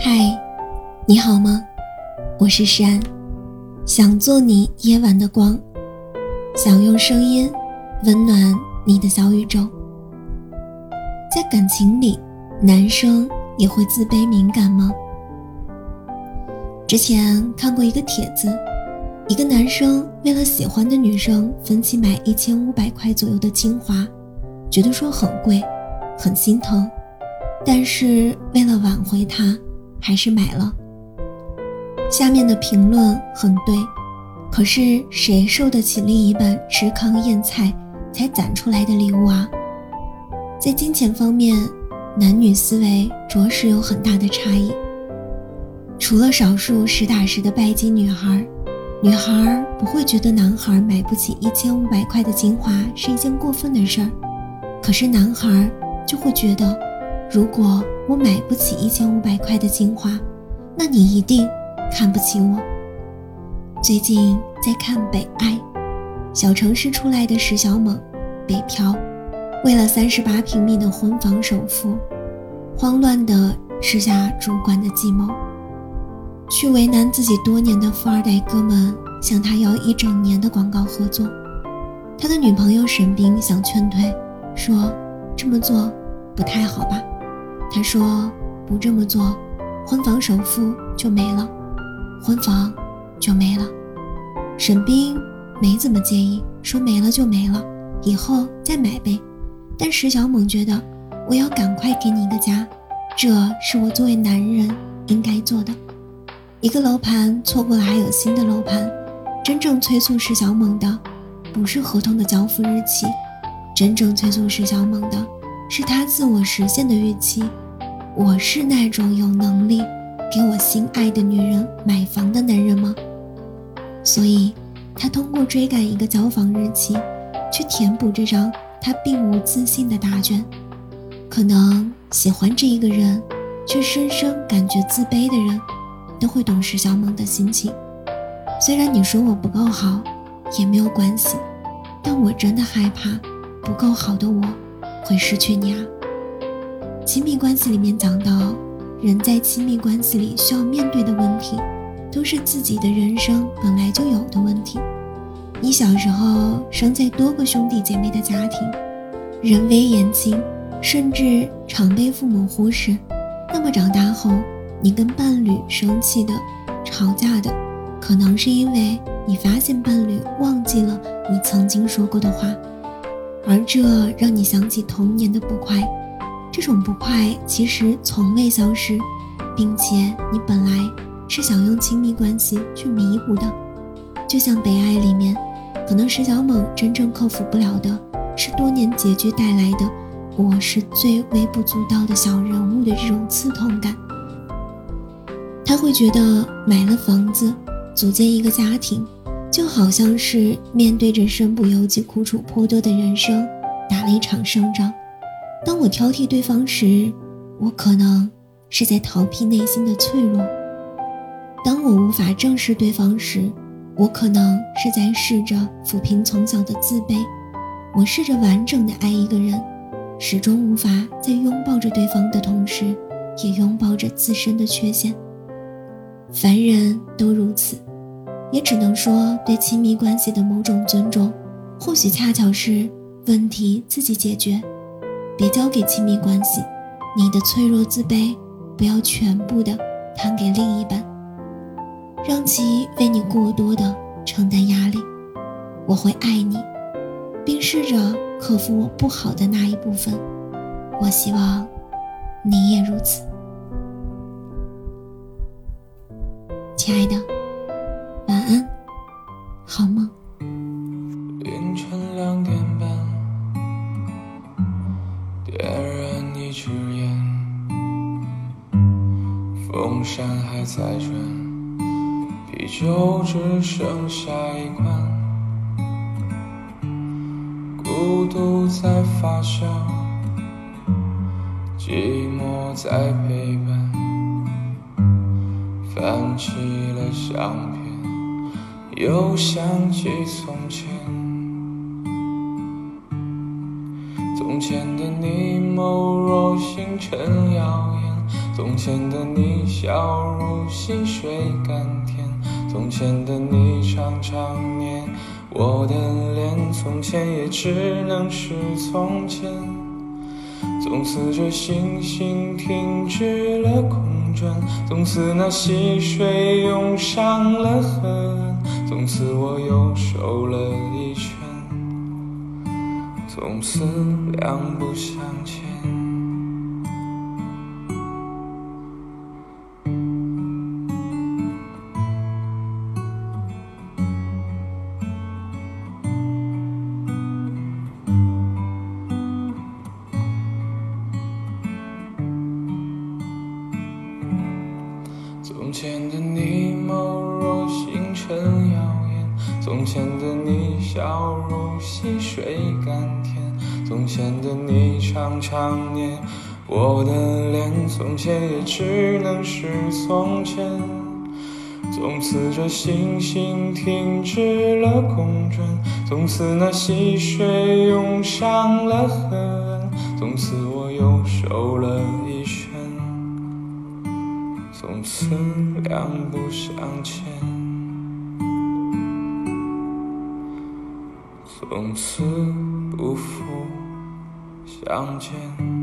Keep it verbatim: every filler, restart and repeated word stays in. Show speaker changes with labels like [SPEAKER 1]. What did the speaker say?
[SPEAKER 1] 嗨，你好吗？我是诗安，想做你夜晚的光，想用声音温暖你的小宇宙。在感情里，男生也会自卑敏感吗？之前看过一个帖子，一个男生为了喜欢的女生分期买一千五百块左右的精华，觉得说很贵，很心疼，但是为了挽回她，还是买了。下面的评论很对，可是谁受得起另一半吃糠咽菜才攒出来的礼物啊？在金钱方面，男女思维着实有很大的差异。除了少数实打实的拜金女孩，女孩不会觉得男孩买不起一千五百块的精华是一件过分的事儿，可是男孩就会觉得，如果我买不起一千五百块的精华，那你一定看不起我。最近在看《北爱》，小城市出来的石小猛北漂，为了三十八平米的婚房首付，慌乱地吃下主管的计谋，去为难自己多年的富二代哥们，向他要一整年的广告合作。他的女朋友沈冰想劝退，说这么做不太好吧。他说不这么做，婚房首付就没了，婚房就没了。沈冰没怎么介意，说没了就没了，以后再买呗。但石小猛觉得，我要赶快给你一个家，这是我作为男人应该做的。一个楼盘错过了还有新的楼盘，真正催促石小猛的不是合同的交付日期，真正催促石小猛的是他自我实现的预期。我是那种有能力给我心爱的女人买房的男人吗？所以他通过追赶一个交房日期，去填补这张他并无自信的答卷。可能喜欢这一个人却深深感觉自卑的人都会懂石小猛的心情。虽然你说我不够好也没有关系，但我真的害怕不够好的我会失去你啊。亲密关系里面讲到，人在亲密关系里需要面对的问题，都是自己的人生本来就有的问题。你小时候生在多个兄弟姐妹的家庭，人微言轻，甚至常被父母忽视，那么长大后你跟伴侣生气的、吵架的，可能是因为你发现伴侣忘记了你曾经说过的话，而这让你想起童年的不快。这种不快其实从未消失，并且你本来是想用亲密关系去弥补的。就像《北爱》里面，可能石小猛真正克服不了的是多年拮据带来的我是最微不足道的小人物的这种刺痛感。他会觉得买了房子，组建一个家庭，就好像是面对着身不由己、苦楚颇多的人生打了一场胜仗。当我挑剔对方时，我可能是在逃避内心的脆弱；当我无法正视对方时，我可能是在试着抚平从小的自卑。我试着完整的爱一个人，始终无法在拥抱着对方的同时，也拥抱着自身的缺陷。凡人都如此，也只能说对亲密关系的某种尊重，或许恰巧是问题自己解决。别交给亲密关系，你的脆弱自卑不要全部的摊给另一半，让其为你过多的承担压力。我会爱你，并试着克服我不好的那一部分，我希望你也如此。亲爱的，晚安，好梦。
[SPEAKER 2] 凌晨两点半，点燃一支烟，风扇还在转，啤酒只剩下一罐，孤独在发酵，寂寞在陪伴，翻起了相片，又想起从前。从前的你眸若星辰耀眼， 从前的你笑如溪水甘甜，从前的你常常念我的脸，从前也只能是从前。从此这星星停止了公转，从此那溪水涌上了河岸，从此我又瘦了一圈，从此两不相欠。从前的你眸若星辰耀眼，从前的你笑如溪水甘甜，从前的你常常念我的脸，从前也只能是从前。从此这星星停止了公转，从此那溪水涌上了河岸，从此我又瘦了一圈，从此两不相欠，从此不复相见。